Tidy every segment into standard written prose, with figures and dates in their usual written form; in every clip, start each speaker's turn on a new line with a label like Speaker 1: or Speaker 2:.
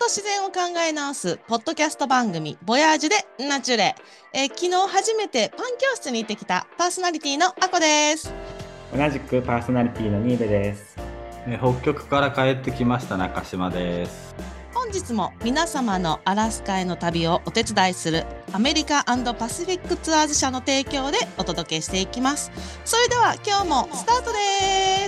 Speaker 1: と自然を考え直すポッドキャスト番組ボヤージュでナチュレ。昨日初めてパン教室に行ってきたパーソナリティのアコです。
Speaker 2: 同じくパーソナリティのニーベです。
Speaker 3: 北極から帰ってきました中島です。
Speaker 1: 本日も皆様のアラスカへの旅をお手伝いするアメリカ&パシフィックツアーズ社の提供でお届けしていきます。それでは今日もスタートです。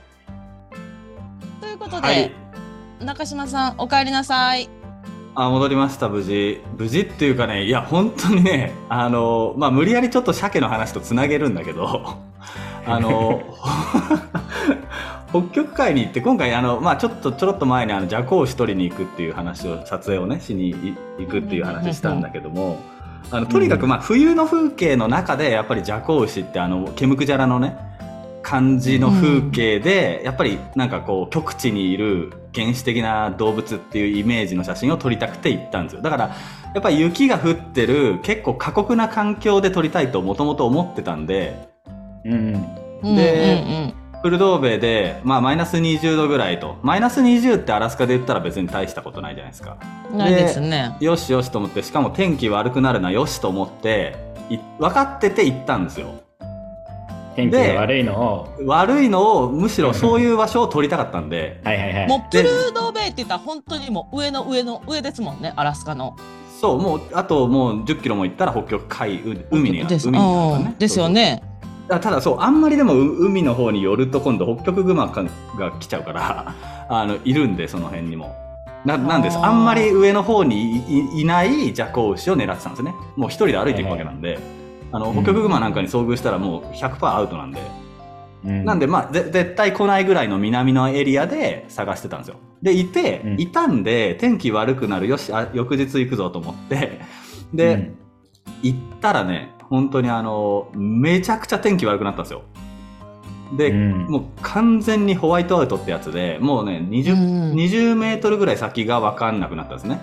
Speaker 1: ということで、はい、中島さんお帰りなさい。
Speaker 3: 戻りました。無事っていうかね、いや本当にね、無理やりちょっと鮭の話とつなげるんだけど北極海に行って今回ちょろっと前にジャコウシ取りに行くっていう話を撮影をねしに行くっていう話したんだけども、とにかく冬の風景の中でやっぱりジャコウシってケムクジャラのね感じの風景で、やっぱりなんかこう極地にいる原始的な動物っていうイメージの写真を撮りたくて行ったんですよ。だからやっぱり雪が降ってる結構過酷な環境で撮りたいともともと思ってたんで、で、フルドーベで、マイナス20度ぐらいと、マイナス20ってアラスカで言ったら別に大したことないじゃないですか。
Speaker 1: ないですね。
Speaker 3: よしよしと思って、しかも天気悪くなるなよしと思って分かってて行ったんですよ。
Speaker 2: 天気が悪いの
Speaker 3: をむしろそういう場所を撮りたかったんで
Speaker 1: もうプルドーベイって言ったら本当にもう上の上ですもんね、アラスカの。
Speaker 3: そう、もうあともう10キロも行ったら北極海海になる
Speaker 1: ですよね。
Speaker 3: ただそう、あんまりでも海の方に寄ると今度北極熊が来ちゃうからいるんで、その辺にもなんです。あんまり上の方に いないジャコウウシを狙ってたんですね。もう一人で歩いていくわけなんで、北極熊なんかに遭遇したらもう 100% アウトなんで、なんで絶対来ないぐらいの南のエリアで探してたんですよ。でいたんで天気悪くなる、よし翌日行くぞと思ってで、行ったらね、本当にめちゃくちゃ天気悪くなったんですよ。で、もう完全にホワイトアウトってやつで、もうね 20メートルぐらい先が分かんなくなったんですね。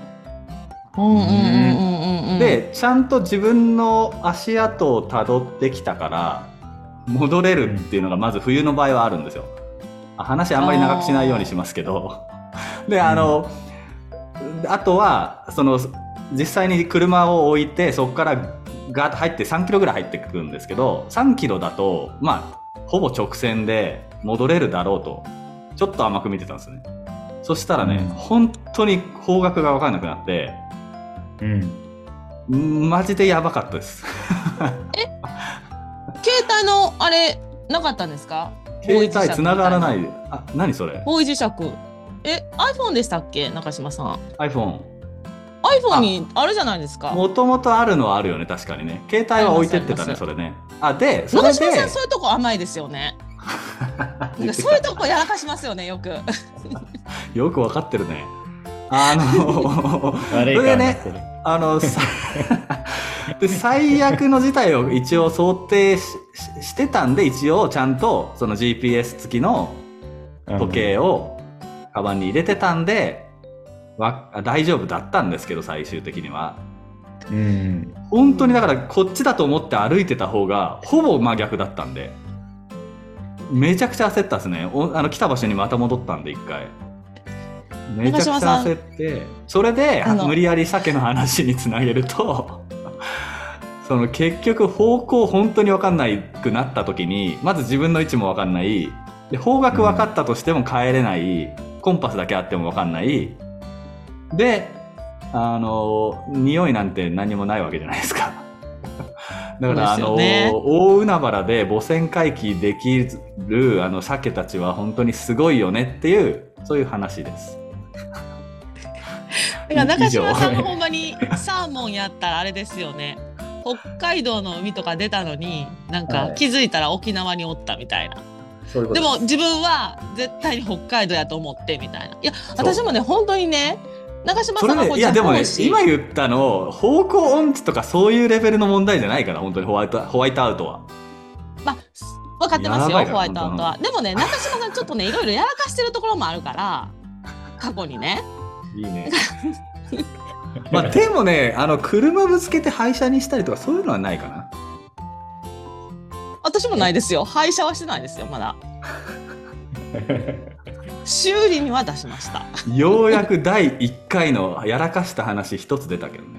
Speaker 3: でちゃんと自分の足跡をたどってきたから戻れるっていうのがまず冬の場合はあるんですよ。話あんまり長くしないようにしますけどであとは実際に車を置いてそこからガーッと入って3キロぐらい入ってくるんですけど、3キロだとほぼ直線で戻れるだろうとちょっと甘く見てたんですね。そしたらね、本当に方角が分からなくなって、マジでやばかったです
Speaker 1: 携帯のあれなかったんですか？
Speaker 3: 携帯繋がらない。何それ？
Speaker 1: 方位磁石。iPhone でしたっけ、中島さん。
Speaker 3: iPhone
Speaker 1: にあるじゃないですか。
Speaker 3: もともとあるのはあるよね、確かにね。携帯は置いてってたね、それね。で
Speaker 1: 中島さんそういうとこ甘いですよねそういうとこやらかしますよね、よく
Speaker 3: よくわかってるね。
Speaker 2: 悪い顔になってる。
Speaker 3: で最悪の事態を一応想定してたんで、一応ちゃんとその GPS 付きの時計をカバンに入れてたんで、大丈夫だったんですけど、最終的には本当にだからこっちだと思って歩いてた方がほぼ真逆だったんで、めちゃくちゃ焦ったですね。来た場所にまた戻ったんで、一回めちゃくちゃ焦って、それで無理やり鮭の話につなげると結局方向本当に分かんないくなった時に、まず自分の位置も分かんない、で方角分かったとしても帰れない、コンパスだけあっても分かんないで、匂いなんて何もないわけじゃないですかだから大海原で母船回帰できる鮭たちは本当にすごいよねっていう、そういう話です
Speaker 1: だから中島さんもほんまにサーモンやったらあれですよね、北海道の海とか出たのになんか気づいたら沖縄におったみたいな、でも自分は絶対に北海道やと思ってみたいな。いや私もね本当にね、中島さんが
Speaker 3: いやでもね、今言ったの方向音痴とかそういうレベルの問題じゃないから、本当にホワイトアウトは
Speaker 1: 分かってますよ、ホワイトアウトは。でもね、中島さんちょっとねいろいろやらかしてるところもあるから過去にね。
Speaker 3: いいねでもね、車ぶつけて廃車にしたりとかそういうのはないかな。
Speaker 1: 私もないですよ、廃車はしてないですよまだ修理には出しました。
Speaker 3: ようやく第1回のやらかした話一つ出たけどね。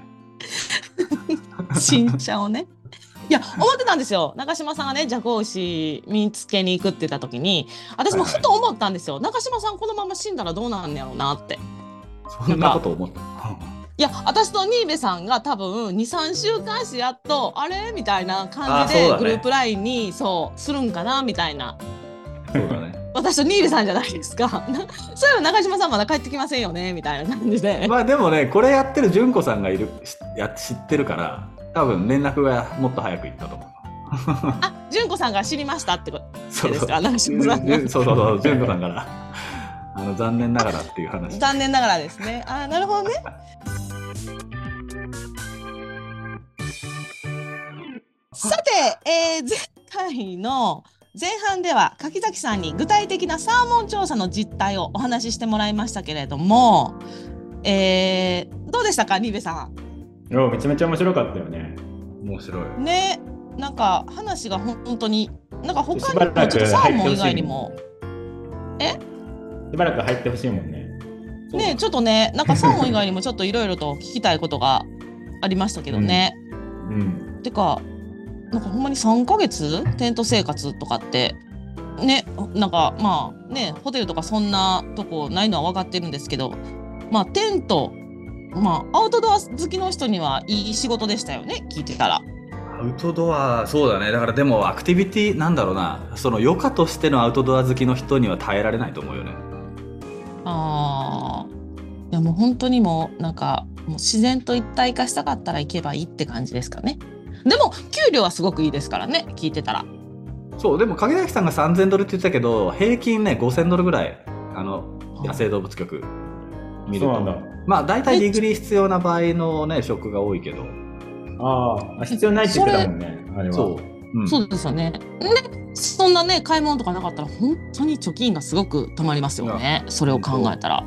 Speaker 1: 新車をね。いや思ってたんですよ。中島さんがねジャコウウシ見つけに行くって言った時に私もふと思ったんですよ、中島さんこのまま死んだらどうなんやろうなって。
Speaker 3: そんなこと思った。
Speaker 1: いや私と新部さんが多分 2,3 週間してやっとあれみたいな感じでグループ LINE にそうするんかなみたいな。
Speaker 3: そうだね。
Speaker 1: 私と新部さんじゃないですか。そういえば中島さんまだ帰ってきませんよねみたいな感じで。
Speaker 3: まあでもねこれやってる純子さんが知ってるから多分連絡がもっと早くいったと思う。
Speaker 1: あ、純子さんが知りましたってことですか。中島さん
Speaker 3: そう純子さんから残念ながらっていう話。
Speaker 1: 残念ながらですね。あ、なるほどね。さて、前回の前半では柿崎さんに具体的なサーモン調査の実態をお話ししてもらいましたけれども、どうでしたか、新部さん。
Speaker 2: めちゃめちゃ面白かったよね。
Speaker 3: 面白い
Speaker 1: ね。なんか話が本当になんか他にもちょっとサーモン以外にも
Speaker 2: しばらく入ってほしいもんね。
Speaker 1: ね、ちょっとねなんかサーモン以外にもちょっといろいろと聞きたいことがありましたけどね。てかなんかほんまに3ヶ月テント生活とかってね、なんかまあねホテルとかそんなとこないのは分かってるんですけど、まあテントアウトドア好きの人にはいい仕事でしたよね、聞いてたら。
Speaker 3: アウトドアそうだね。だからでもアクティビティなんだろうな、その余暇としてのアウトドア好きの人には耐えられないと思うよね。
Speaker 1: いやもう本当にもうなんかもう自然と一体化したかったら行けばいいって感じですかね。でも給料はすごくいいですからね、聞いてたら。
Speaker 3: そうでも影崎さんが$3,000って言ってたけど平均ね$5,000ぐらい野生動物局見ると。そうなんだ。まあ大体ディグリー必要な場合のね職が多いけど。
Speaker 2: 必要ないって言ってたもんね、あれは。
Speaker 1: そうですよね。で、そんなね買い物とかなかったら本当に貯金がすごくたまりますよね、それを考えたら。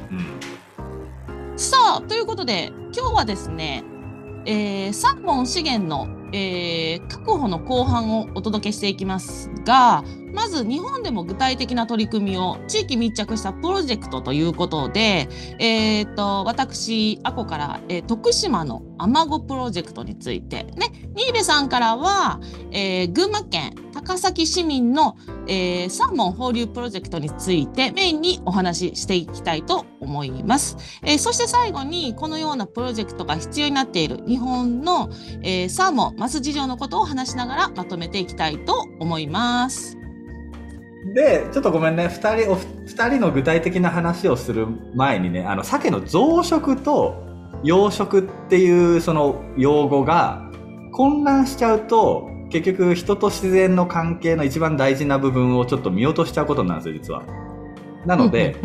Speaker 1: さあということで今日はですね、サーモン資源の、確保の後半をお届けしていきますが、まず日本でも具体的な取り組みを地域密着したプロジェクトということで、私アコから、徳島のアマゴプロジェクトについてね、新部さんからは、群馬県高崎市民の、サーモン放流プロジェクトについてメインにお話ししていきたいと思います。そして最後にこのようなプロジェクトが必要になっている日本の、サーモンマス事情のことを話しながらまとめていきたいと思います。
Speaker 3: でちょっとごめんね、2人の具体的な話をする前にね、鮭の増殖と養殖っていうその用語が混乱しちゃうと結局人と自然の関係の一番大事な部分をちょっと見落としちゃうことなんですよ実は。なので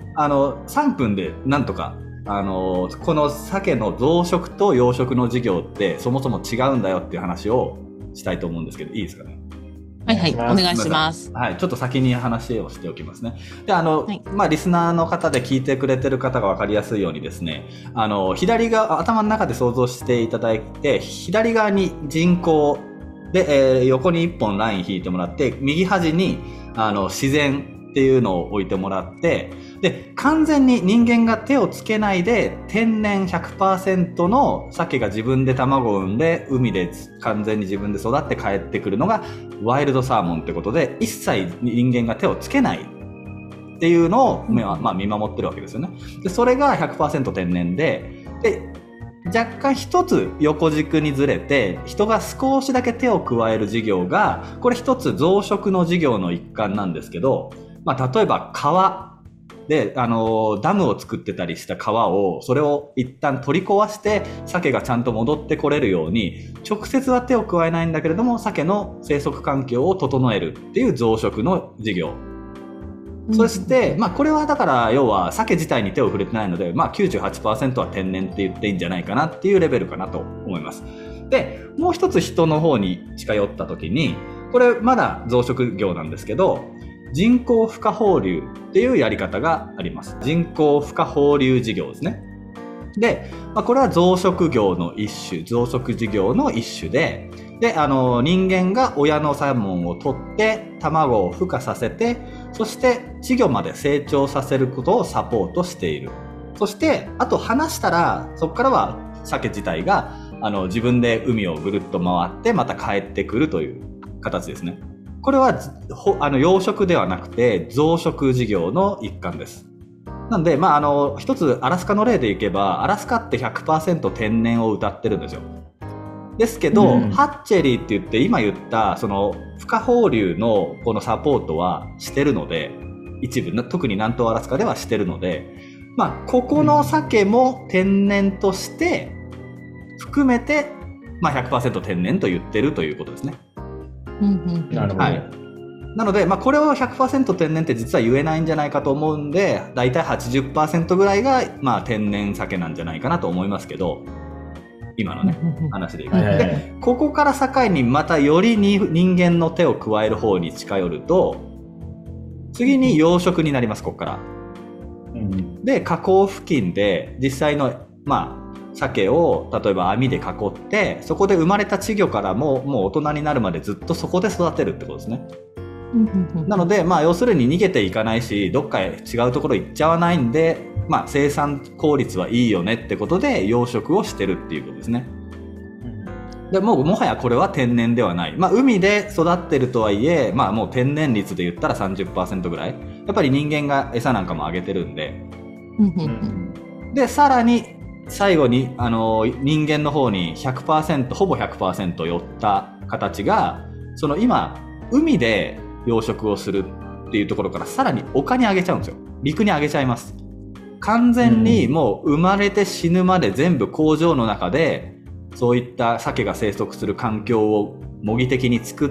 Speaker 3: 3分でなんとかこの鮭の増殖と養殖の事業ってそもそも違うんだよっていう話をしたいと思うんですけど、いいですかね。
Speaker 1: はいはい、お願いします。
Speaker 3: はい、ちょっと先に話をしておきますね。でリスナーの方で聞いてくれてる方が分かりやすいようにですね、左側頭の中で想像していただいて、左側に人工で、横に1本ライン引いてもらって、右端に自然っていうのを置いてもらって、で完全に人間が手をつけないで天然 100% の鮭が自分で卵を産んで海で完全に自分で育って帰ってくるのがワイルドサーモンってことで、一切人間が手をつけないっていうのを、見守ってるわけですよね。でそれが 100% 天然で若干一つ横軸にずれて人が少しだけ手を加える事業が、これ一つ増殖の事業の一環なんですけど、例えば川でダムを作ってたりした川をそれを一旦取り壊して鮭がちゃんと戻ってこれるように直接は手を加えないんだけれども鮭の生息環境を整えるっていう増殖の事業、そしてこれはだから要は鮭自体に手を触れてないので、98% は天然って言っていいんじゃないかなっていうレベルかなと思います。でもう一つ人の方に近寄った時に、これまだ増殖業なんですけど、人工孵化放流っていうやり方があります。人工孵化放流事業ですね。で、これは増殖業の一種、増殖事業の一種で、人間が親のサーモンを取って卵を孵化させて、 そして稚魚まで成長させることをサポートしている。そしてあと離したらそこからは鮭自体が自分で海をぐるっと回ってまた帰ってくるという形ですね。これは養殖ではなくて増殖事業の一環です。なんで、一つアラスカの例でいけば、アラスカって 100% 天然を謳ってるんですよ。ですけど、ハッチェリーって言って今言ったその孵化放流のこのサポートはしてるので、一部特に南東アラスカではしてるので、ここの鮭も天然として含めて、100% 天然と言ってるということですね。
Speaker 2: なるほど。
Speaker 3: なので、これを 100% 天然って実は言えないんじゃないかと思うんで、だいたい 80% ぐらいが、天然鮭なんじゃないかなと思いますけど、今のね、話でいくと。で、ここから境にまたより人間の手を加える方に近寄ると、次に養殖になります、ここから。で、河口付近で実際の、鮭を例えば網で囲って、そこで生まれた稚魚からもう大人になるまでずっとそこで育てるってことですね。なので、要するに逃げていかないし、どっかへ違うところ行っちゃわないんで、生産効率はいいよねってことで養殖をしてるっていうことですね。でもはやこれは天然ではない。海で育ってるとはいえ、もう天然率で言ったら 30% ぐらい。やっぱり人間が餌なんかもあげてるんで。で、さらに最後に人間の方に 100%、ほぼ 100% 寄った形が、その今海で養殖をするっていうところからさらに丘に上げちゃうんですよ。陸に上げちゃいます。完全にもう生まれて死ぬまで全部工場の中でそういった鮭が生息する環境を模擬的に作って、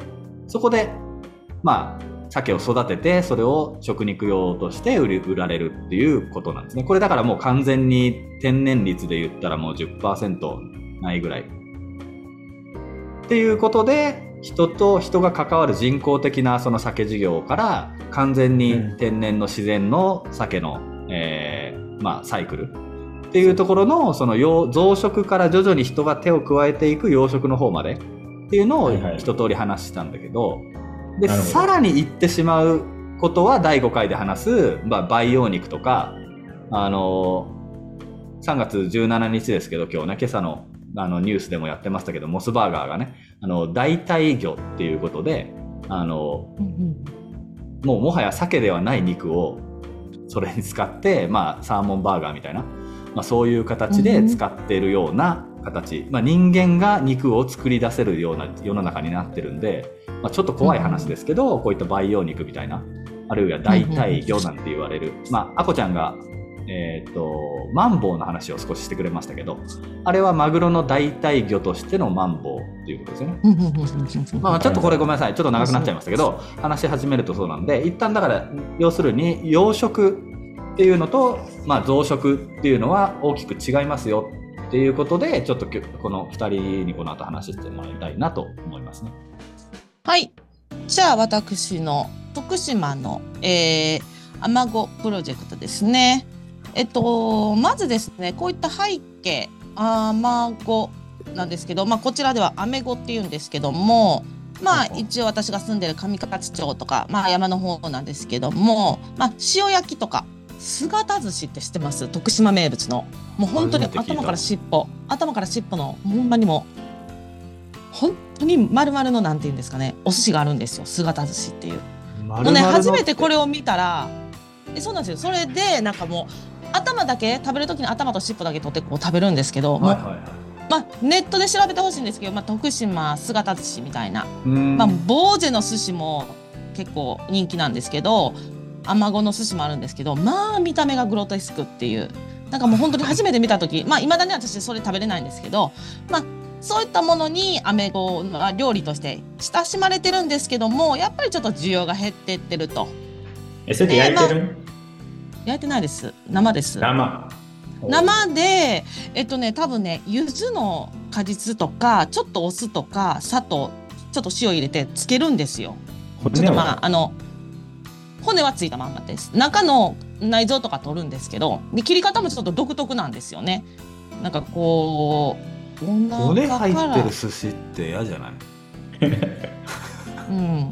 Speaker 3: そこで鮭を育てて、それを食肉用として売られるっていうことなんですね。これだからもう完全に天然率で言ったらもう 10% ないぐらいっていうことで、人と人が関わる人工的なその鮭事業から完全に天然の自然の鮭の、サイクルっていうところのその増殖から徐々に人が手を加えていく養殖の方までっていうのを一通り話したんだけど、でさらに言ってしまうことは第5回で話す、培養肉とか、3月17日ですけど、今日ね、今朝のニュースでもやってましたけど、モスバーガーがね、代替魚っていうことで、もはや鮭ではない肉をそれに使って、サーモンバーガーみたいな、そういう形で使っているような形、人間が肉を作り出せるような世の中になってるんで、ちょっと怖い話ですけど、こういった培養肉みたいな、あるいは代替魚なんて言われる、あこちゃんがマンボウの話を少ししてくれましたけど、あれはマグロの代替魚としてのマンボウっていうことですよね。ちょっとこれごめんなさい、ちょっと長くなっちゃいましたけど、話し始めるとそうなんで、一旦だから要するに養殖っていうのと、増殖っていうのは大きく違いますよっていうことで、ちょっとこの2人にこの後話してもらいたいなと思いますね。
Speaker 1: はい、じゃあ私の徳島の、アマゴプロジェクトですね。まずですね、こういった背景アマゴなんですけど、こちらではアメゴっていうんですけども、一応私が住んでる上勝町とか、山の方なんですけども、塩焼きとか姿寿司って知ってます？徳島名物の、もう本当に頭から尻尾のほんまにも本当に丸々のなんていうんですかね、お寿司があるんですよ、姿寿司っていう。もうね、初めてこれを見たらそうなんですよ。それでなんかもう頭だけ食べるときに頭と尻尾だけ取ってこう食べるんですけど、ネットで調べてほしいんですけど、徳島姿寿司みたいな、ボージェの寿司も結構人気なんですけど、アマゴの寿司もあるんですけど、見た目がグロテスクっていう、なんかもう本当に初めて見たとき、未だに私それ食べれないんですけど、そういったものにアメゴが料理として親しまれてるんですけども、やっぱりちょっと需要が減っていってると。
Speaker 2: それで焼いてる？
Speaker 1: 焼いてないです。生です。生で、多分ね、柚子の果実とか、ちょっとお酢とか砂糖、ちょっと塩入れてつけるんですよ。ちょっと骨はついたまんまです。中の内臓とか取るんですけど、で切り方もちょっと独特なんですよね。なんかこう
Speaker 3: 骨入ってる寿司って嫌じゃない？
Speaker 1: い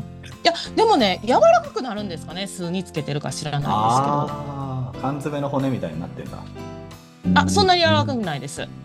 Speaker 1: やでもね柔らかくなるんですかね、酢につけてるか知らないですけど。
Speaker 3: 缶詰の骨みたいになってんだ。
Speaker 1: そんなに柔らかくないです。で、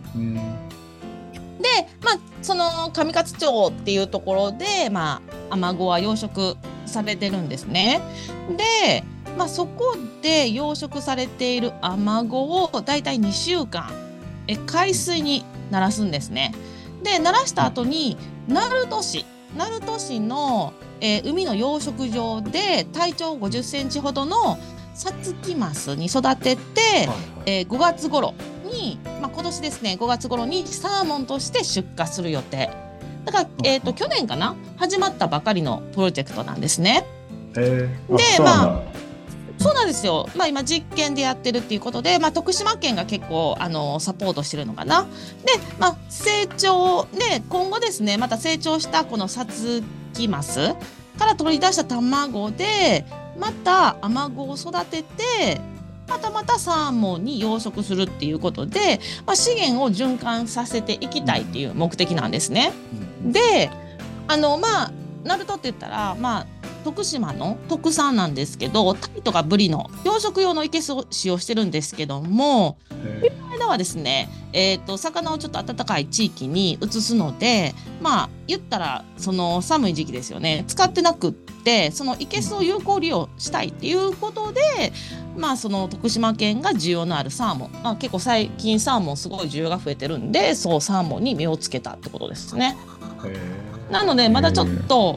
Speaker 1: その上勝町っていうところで、アマゴは養殖されてるんですね。で、そこで養殖されているアマゴをだいたい2週間海水に慣らすんですね。で、慣らした後に鳴門市の、海の養殖場で体長50センチほどのサツキマスに育てて、5月頃に、今年ですね5月頃にサーモンとして出荷する予定だから、去年かな始まったばかりのプロジェクトなんですね。でそうなんですよ。今実験でやってるっていうことで、徳島県が結構サポートしてるのかな。で、成長で今後ですねまた成長したこのサツキマスから取り出した卵でまたアマゴを育ててまたサーモンに養殖するっていうことで、資源を循環させていきたいっていう目的なんですね。で、鳴門って言ったら徳島の特産なんですけど、タイとかブリの養殖用の生けすを使用してるんですけども、この間はですね、魚をちょっと暖かい地域に移すので、言ったらその寒い時期ですよね、使ってなくってその生けすを有効利用したいっていうことで、その徳島県が需要のあるサーモン、結構最近サーモンすごい需要が増えてるんで、そうサーモンに目をつけたってことですね。なのでまだちょっと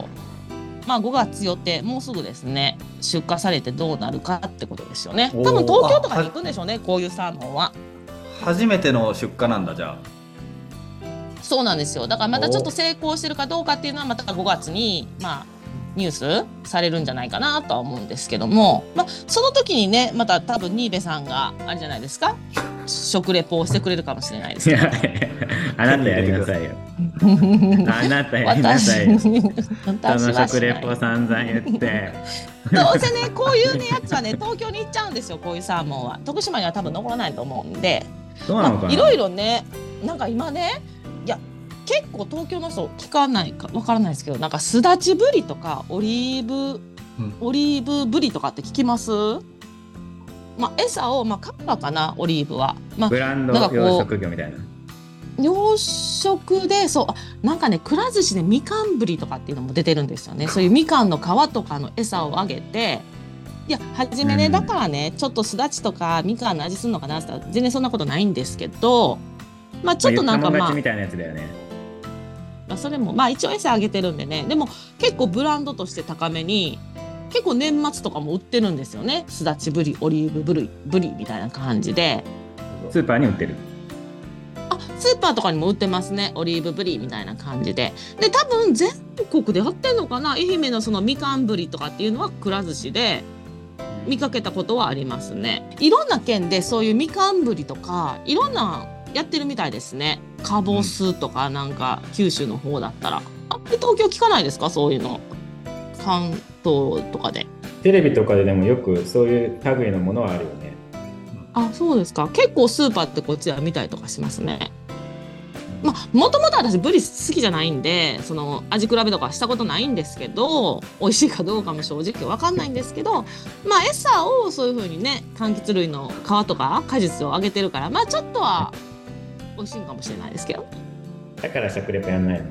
Speaker 1: 5月予定、もうすぐですね出荷されてどうなるかってことですよね。多分東京とかに行くんでしょうね、こういうサーモンは。
Speaker 3: 初めての出荷なんだ。じゃあ
Speaker 1: そうなんですよ。だからまたちょっと成功してるかどうかっていうのはまた5月にニュースされるんじゃないかなとは思うんですけども、その時にねまた多分新部さんがあれじゃないですか、食レポをしてくれるかもしれないですけど
Speaker 2: あなたやりなさいよあなたやりなさいよその食レポ散々言って
Speaker 1: どうせねこういうやつはね東京に行っちゃうんですよ。こういうサーモンは徳島には多分残らないと思うんで、いろいろねなんか今ね、いや結構東京の人聞かないかわからないですけど、なんかすだちぶりとかオリーブぶりとかって聞きます？餌をカッパかな、オリーブは、
Speaker 2: ブランド養殖業みたいな
Speaker 1: 養殖で、なんかねくら寿司でみかんぶりとかっていうのも出てるんですよね。そういうみかんの皮とかの餌をあげて、いや初めねだからねちょっとすだちとかみかんの味するのかなって言ったら全然そんなことないんですけど、ちょっとなんか
Speaker 2: 友達みたいなやつだよね。
Speaker 1: それも一応餌あげてるんでね、でも結構ブランドとして高めに結構年末とかも売ってるんですよね。すだちぶり、オリーブぶりみたいな感じで
Speaker 2: スーパーに売ってる。
Speaker 1: スーパーとかにも売ってますね、オリーブぶりみたいな感じで。で多分全国でやってんのかな、愛媛のそのみかんぶりとかっていうのはくら寿司で見かけたことはありますね。いろんな県でそういうみかんぶりとかいろんなやってるみたいですね。かぼすとかなんか九州の方だったら、東京聞かないですか、そういうの。関東とかで
Speaker 2: テレビとかでもよくそういう類のものはあるよね。
Speaker 1: そうですか。結構スーパーってこっちは見たりとかしますね。もともと私ブリ好きじゃないんでその味比べとかしたことないんですけど、美味しいかどうかも正直分かんないんですけど、餌をそういう風にね柑橘類の皮とか果実をあげてるからちょっとは美味しいかもしれないですけど。
Speaker 2: だから食レポやんないの？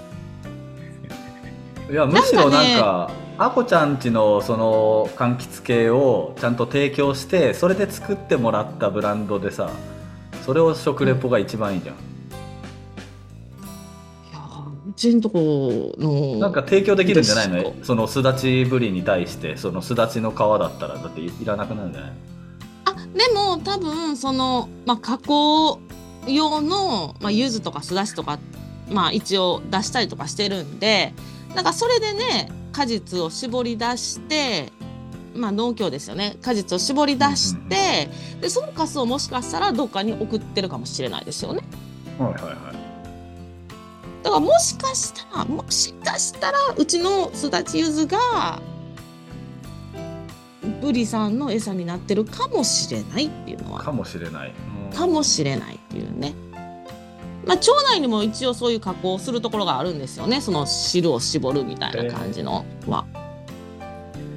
Speaker 3: いやむしろなんかあこちゃんちのその柑橘系をちゃんと提供してそれで作ってもらったブランドでさ、それを食レポが一番いいじゃん。
Speaker 1: うちんとこの
Speaker 3: なんか提供できるんじゃないの？そのすだちぶりに対してそのすだちの皮だったらだっていらなくなるんじゃない？
Speaker 1: でも多分その、加工用の、柚子とかすだちとか、一応出したりとかしてるんで、なんかそれでね果実を絞り出して、農協ですよね、果実を絞り出して、でそのカスをもしかしたらどっかに送ってるかもしれないですよね。だからもしかしたらうちのすだちゆずがブリさんの餌になってるかもしれないっていうのは
Speaker 3: かもしれない
Speaker 1: っていうね。町内にも一応そういう加工をするところがあるんですよね。その汁を絞るみたいな感じのは。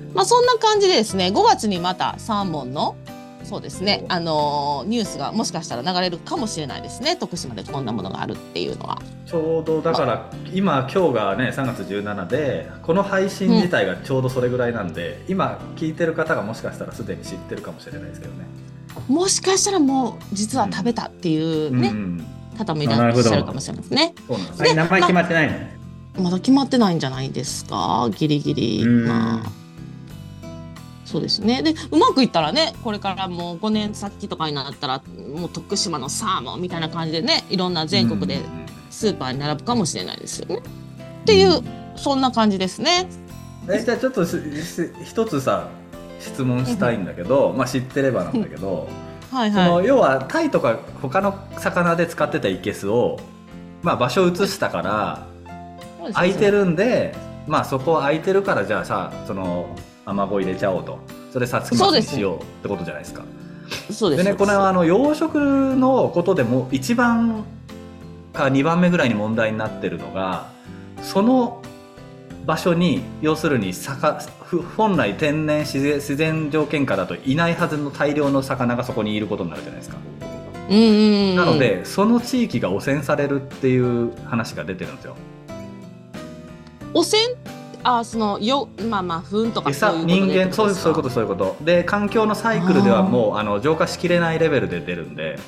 Speaker 1: まあそんな感じでですね、5月にまたサーモンのそうですね、ニュースがもしかしたら流れるかもしれないですね。徳島でこんなものがあるっていうのは。
Speaker 3: ちょうどだから今日がね3月17で、この配信自体がちょうどそれぐらいなんで、今聞いてる方がもしかしたらすでに知ってるかもしれないですけどね。
Speaker 1: もしかしたらもう実は食べたっていうね、方もいらっしゃるかもしれないですね。
Speaker 3: そうなんです
Speaker 2: ね。名前決まってないの？
Speaker 1: まだ決まってないんじゃないですか、ギリギリ。まあそうですね。でうまくいったらね、これからもう5年先とかになったらもう徳島のサーモンみたいな感じでね、いろんな全国でスーパーに並ぶかもしれないですよね。っていうそんな感じですね。
Speaker 3: じゃあちょっと一つさ質問したいんだけど、まあ知ってればなんだけど、
Speaker 1: はいはい、
Speaker 3: その要はタイとか他の魚で使ってたイケスを、まあ、場所移したから空いてるんで、まあそこ空いてるからじゃあさ、そのアマゴ入れちゃおうと、それさつきマスにしようってことじゃないですか。
Speaker 1: そうです。
Speaker 3: でね、これは養殖のことでも1番か2番目ぐらいに問題になってるのが、その場所に要するに本来天然自然条件下だといないはずの大量の魚がそこにいることになるじゃないですか。なのでその地域が汚染されるっていう話が出てるんですよ。
Speaker 1: 汚染、そのまあ糞とかそういうことで
Speaker 3: 人間、そういうことで、環境のサイクルではもう浄化しきれないレベルで出るんで、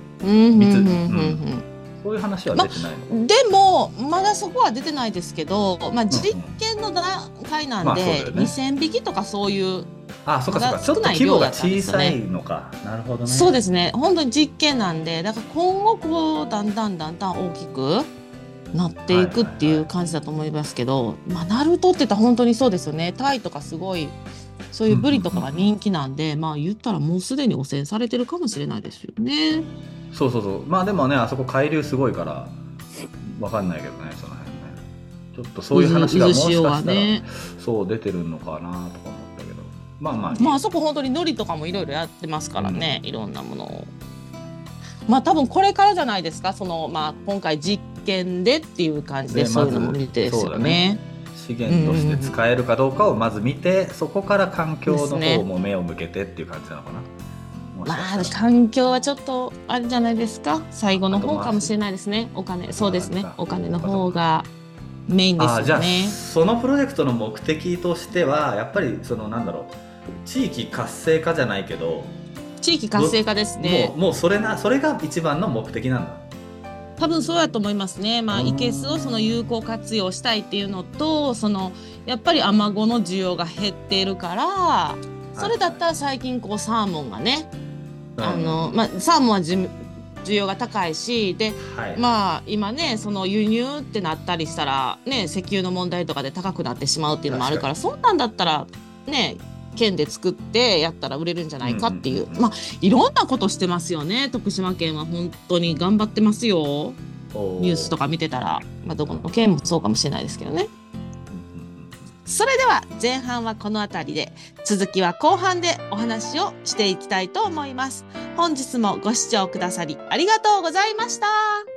Speaker 3: そういう話は出てないの、
Speaker 1: でもまだそこは出てないですけど、実験の段階なんで、2000匹とかそういう
Speaker 3: そうかちょっと規模が小さいのか。なるほどね。
Speaker 1: そうですね、本当に実験なんで、だから今後こうだんだん大きくなっていくっていう感じだと思いますけど、ナルトって言ったら本当にそうですよね。タイとかすごいそういうブリとかが人気なんで、言ったらもうすでに汚染されてるかもしれないですよね。
Speaker 3: そうでもね、あそこ海流すごいから分かんないけどね、その辺ね。ちょっとそういう話がもしかしたら、そう出てるのかなとか思ったけど、
Speaker 1: あそこ本当に海苔とかもいろいろやってますからね、いろんなものを。多分これからじゃないですか、その今回実験でっていう感じでそういうのも見てですよね。
Speaker 3: 資源として使えるかどうかをまず見て、そこから環境の方も目を向けてっていう感じなのかな。
Speaker 1: 環境はちょっとあれじゃないですか、最後の方かもしれないですね。お金、そうですね、お金の方がメインですよね。
Speaker 3: じゃあそのプロジェクトの目的としてはやっぱりその地域活性化じゃないけど、
Speaker 1: 地域活性化ですね。
Speaker 3: もうそれが一番の目的なんだ。
Speaker 1: 多分そうやと思いますね。イケスをその有効活用したいっていうのと、やっぱりアマゴの需要が減っているから、それだったら最近こうサーモンがね、サーモンは需要が高いし、で、今ねその輸入ってなったりしたらね、石油の問題とかで高くなってしまうっていうのもあるから、そんなんだったらね県で作ってやったら売れるんじゃないかっていう、いろんなことしてますよね。徳島県は本当に頑張ってますよ。ニュースとか見てたら、どこの県もそうかもしれないですけどね。それでは前半はこの辺りで、続きは後半でお話をしていきたいと思います。本日もご視聴くださりありがとうございました。